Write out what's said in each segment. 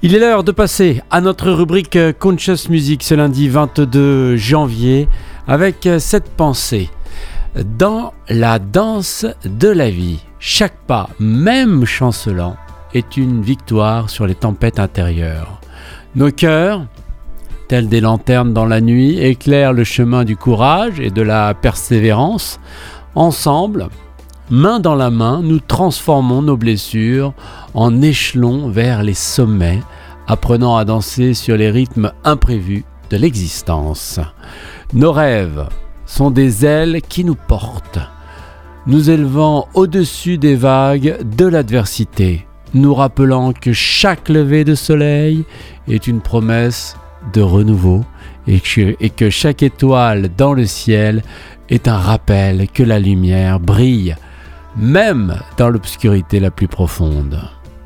Il est l'heure de passer à notre rubrique Conscious Music ce lundi 22 janvier avec cette pensée. Dans la danse de la vie, chaque pas, même chancelant, est une victoire sur les tempêtes intérieures. Nos cœurs, tels des lanternes dans la nuit, éclairent le chemin du courage et de la persévérance. Ensemble, main dans la main, nous transformons nos blessures en échelons vers les sommets, apprenant à danser sur les rythmes imprévus de l'existence. Nos rêves sont des ailes qui nous portent, nous élevant au-dessus des vagues de l'adversité, nous rappelant que chaque lever de soleil est une promesse de renouveau et que chaque étoile dans le ciel est un rappel que la lumière brille, même dans l'obscurité la plus profonde.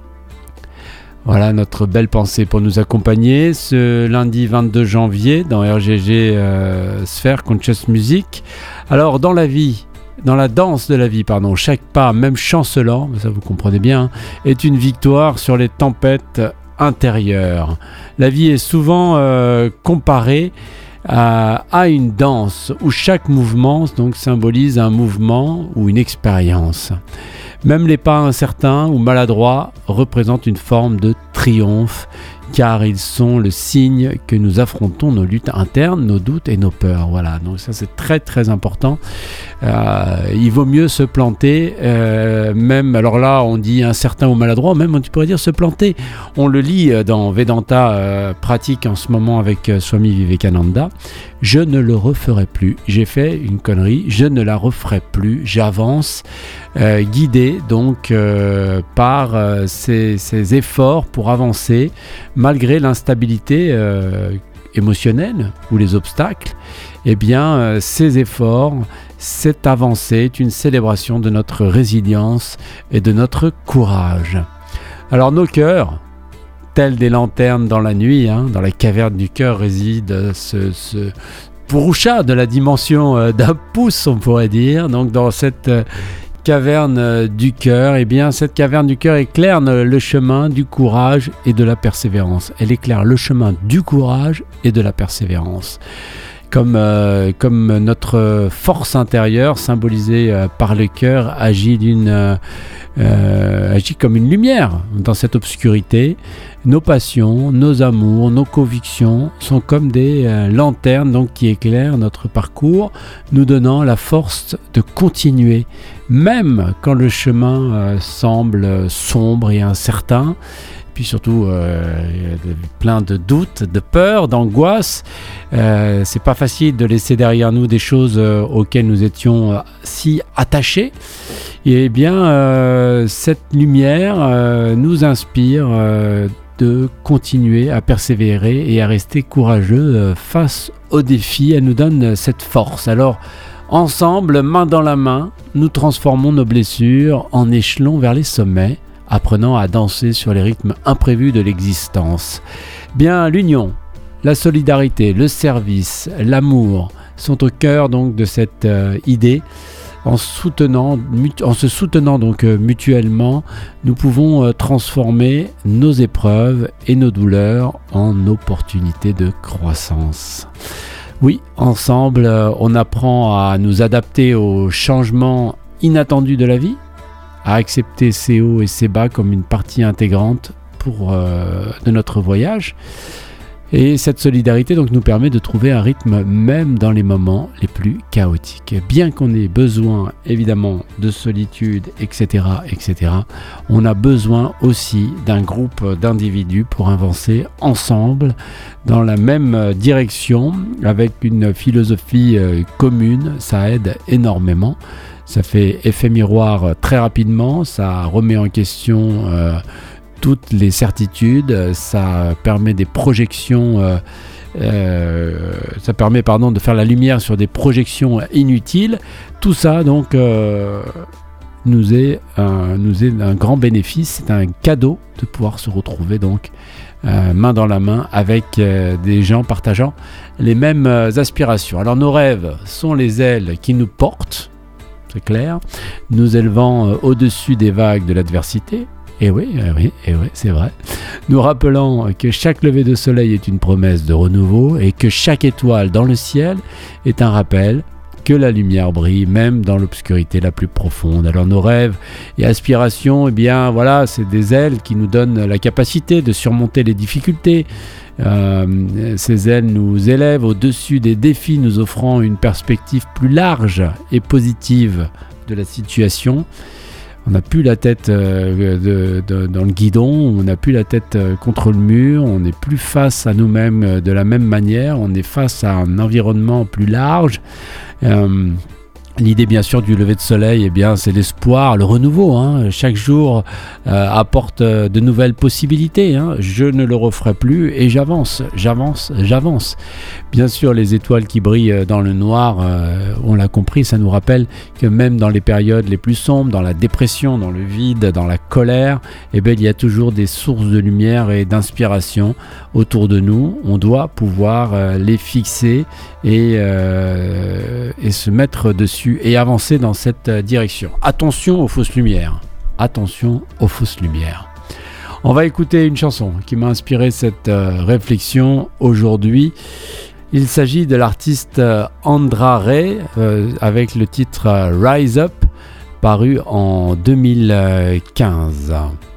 Voilà notre belle pensée pour nous accompagner ce lundi 22 janvier dans RGG Sphère Conscious Music. Alors dans la danse de la vie, chaque pas, même chancelant, ça vous comprenez bien, est une victoire sur les tempêtes intérieures. La vie est souvent comparée à une danse où chaque mouvement donc symbolise un mouvement ou une expérience. Même les pas incertains ou maladroits représentent une forme de triomphe, car ils sont le signe que nous affrontons nos luttes internes, nos doutes et nos peurs. Voilà, donc ça c'est très très important. Il vaut mieux se planter, même, alors là on dit incertain ou maladroit, même tu pourrais dire se planter. On le lit dans Vedanta pratique en ce moment avec Swami Vivekananda. Je ne le referai plus, j'ai fait une connerie, je ne la referai plus, j'avance, guidé donc par ces efforts pour avancer malgré l'instabilité émotionnelle ou les obstacles. Eh bien ces efforts, cette avancée est une célébration de notre résilience et de notre courage. Alors nos cœurs, tels des lanternes dans la nuit, dans la caverne du cœur réside ce purusha de la dimension d'un pouce, on pourrait dire. Donc dans cette caverne du cœur, eh bien cette caverne du cœur éclaire le chemin du courage et de la persévérance. Elle éclaire le chemin du courage et de la persévérance. Comme notre force intérieure symbolisée par le cœur agit comme une lumière dans cette obscurité. Nos passions, nos amours, nos convictions sont comme des lanternes donc, qui éclairent notre parcours, nous donnant la force de continuer, même quand le chemin semble sombre et incertain. Puis surtout plein de doutes, de peurs, d'angoisse. C'est pas facile de laisser derrière nous des choses auxquelles nous étions si attachés. Et bien cette lumière nous inspire de continuer à persévérer et à rester courageux face aux défis. Elle nous donne cette force. Alors ensemble, main dans la main, nous transformons nos blessures en échelons vers les sommets, apprenant à danser sur les rythmes imprévus de l'existence. Bien, l'union, la solidarité, le service, l'amour sont au cœur donc de cette idée. En se soutenant donc mutuellement, nous pouvons transformer nos épreuves et nos douleurs en opportunités de croissance. Oui, ensemble, on apprend à nous adapter aux changements inattendus de la vie, à accepter ses hauts et ses bas comme une partie intégrante de notre voyage. Et cette solidarité donc, nous permet de trouver un rythme même dans les moments les plus chaotiques. Bien qu'on ait besoin évidemment de solitude, etc., on a besoin aussi d'un groupe d'individus pour avancer ensemble dans la même direction avec une philosophie commune. Ça aide énormément. Ça fait effet miroir très rapidement, ça remet en question toutes les certitudes, ça permet des projections, ça permet de faire la lumière sur des projections inutiles. Tout ça donc nous est un grand bénéfice, c'est un cadeau de pouvoir se retrouver donc main dans la main avec des gens partageant les mêmes aspirations. Alors nos rêves sont les ailes qui nous portent, c'est clair, nous élevant au-dessus des vagues de l'adversité, Et oui, c'est vrai. Nous rappelant que chaque lever de soleil est une promesse de renouveau et que chaque étoile dans le ciel est un rappel que la lumière brille même dans l'obscurité la plus profonde. Alors nos rêves et aspirations, eh bien voilà, c'est des ailes qui nous donnent la capacité de surmonter les difficultés. Ces ailes nous élèvent au-dessus des défis, nous offrant une perspective plus large et positive de la situation. On n'a plus la tête dans le guidon, on n'a plus la tête contre le mur, on n'est plus face à nous-mêmes de la même manière, on est face à un environnement plus large. L'idée bien sûr du lever de soleil, eh bien, c'est l'espoir, le renouveau. Hein. Chaque jour apporte de nouvelles possibilités. Hein. Je ne le referai plus et j'avance. Bien sûr, les étoiles qui brillent dans le noir, on l'a compris, ça nous rappelle que même dans les périodes les plus sombres, dans la dépression, dans le vide, dans la colère, eh bien, il y a toujours des sources de lumière et d'inspiration autour de nous. On doit pouvoir les fixer et se mettre dessus et avancer dans cette direction. Attention aux fausses lumières. Attention aux fausses lumières. On va écouter une chanson qui m'a inspiré cette réflexion aujourd'hui. Il s'agit de l'artiste Andra Ray avec le titre Rise Up, paru en 2015.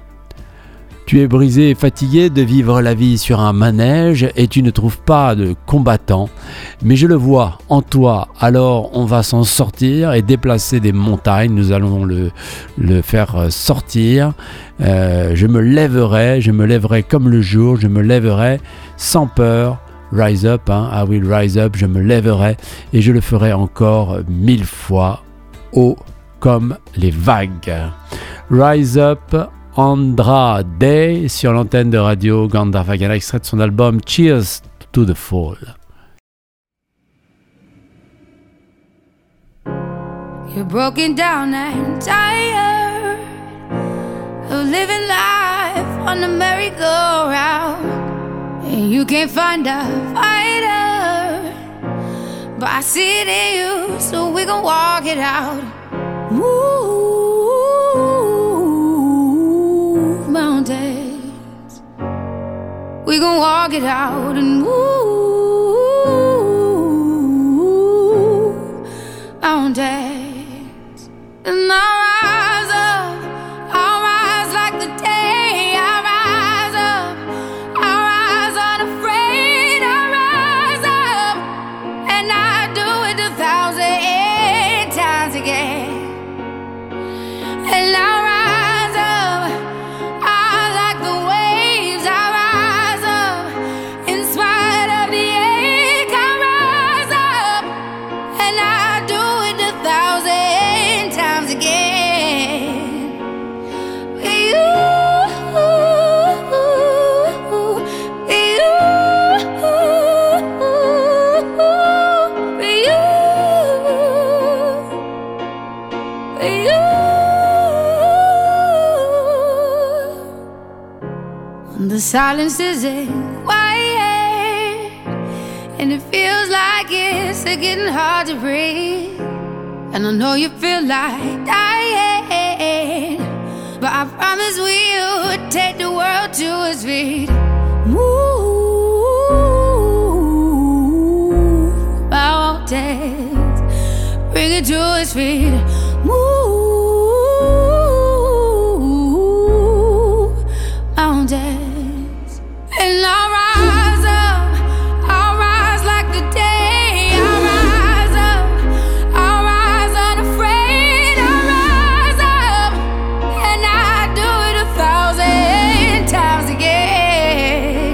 Tu es brisé et fatigué de vivre la vie sur un manège et tu ne trouves pas de combattant. Mais je le vois en toi, alors on va s'en sortir et déplacer des montagnes. Nous allons le faire sortir. Je me lèverai comme le jour, je me lèverai sans peur. Rise up, I will rise up, je me lèverai et je le ferai encore 1000 fois, haut comme les vagues. Rise up, Andra Day sur l'antenne de radio Gandharvagana, extrait de son album Cheers to the Fall. You're broken down and tired of living life on the merry-go-round, and you can't find a fighter, but I see it in you, so we gon' walk it out. Move mountains, we gon' walk it out and move mountains. And I'll rise like the day. I'll rise up, I'll rise unafraid. I'll rise up, and I'll do it 1,000 times again. And I'll rise up, I like the waves. I'll rise up, in spite of the ache. I'll rise up, and I'll do it 1,000 times again. The silence isn't quiet, and it feels like it's getting hard to breathe. And I know you feel like dying, but I promise we'll take the world to its feet. Move mountains, bring it to its feet. Move mountains. And I'll rise up, I'll rise like the day. I'll rise up, I'll rise unafraid. I'll rise up, and I'll do it 1,000 times again.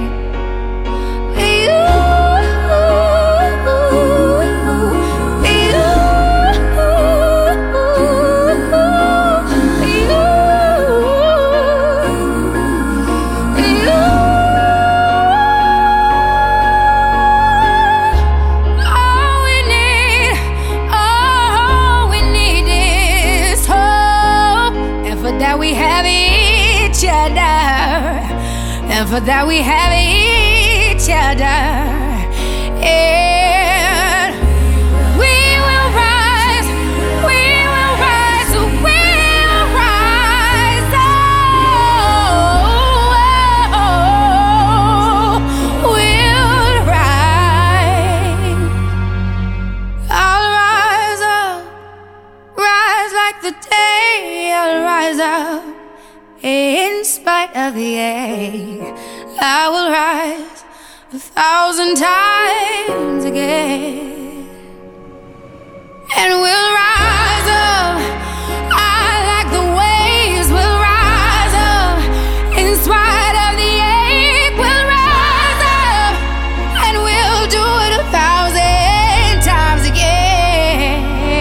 And for that we have each other. And we will rise, we will rise, we will rise up. I will rise 1,000 times again, and we'll rise up. I like the waves. We'll rise up in spite of the ache. We'll rise up, and we'll do it 1,000 times again.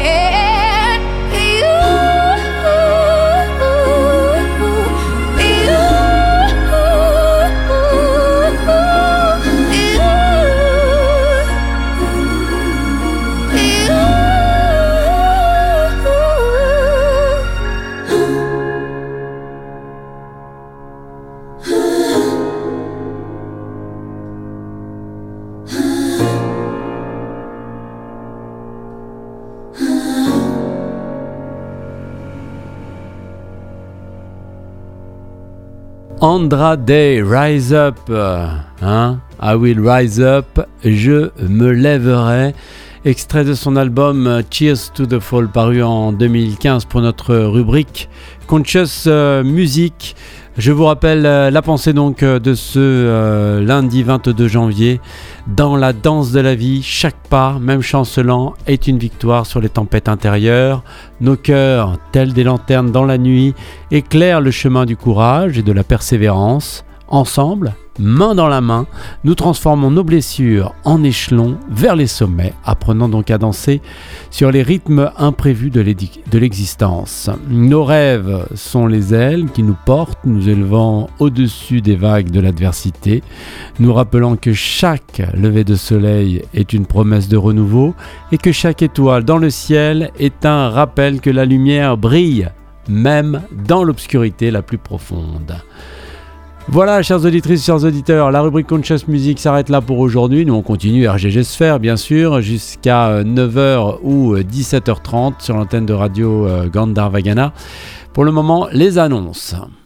Andra Day, Rise Up, I Will Rise Up, je me lèverai. Extrait de son album Cheers to the Fall, paru en 2015 pour notre rubrique Conscious Music. Je vous rappelle la pensée donc de ce lundi 22 janvier. Dans la danse de la vie, chaque pas, même chancelant, est une victoire sur les tempêtes intérieures. Nos cœurs, tels des lanternes dans la nuit, éclairent le chemin du courage et de la persévérance. Ensemble, main dans la main, nous transformons nos blessures en échelons vers les sommets, apprenant donc à danser sur les rythmes imprévus de l'existence. Nos rêves sont les ailes qui nous portent, nous élevant au-dessus des vagues de l'adversité, nous rappelant que chaque lever de soleil est une promesse de renouveau et que chaque étoile dans le ciel est un rappel que la lumière brille, même dans l'obscurité la plus profonde. Voilà, chères auditrices, chers auditeurs, la rubrique Conscious Music s'arrête là pour aujourd'hui. Nous, on continue RGG Sphère, bien sûr, jusqu'à 9h ou 17h30 sur l'antenne de radio Gandharvagana. Pour le moment, les annonces.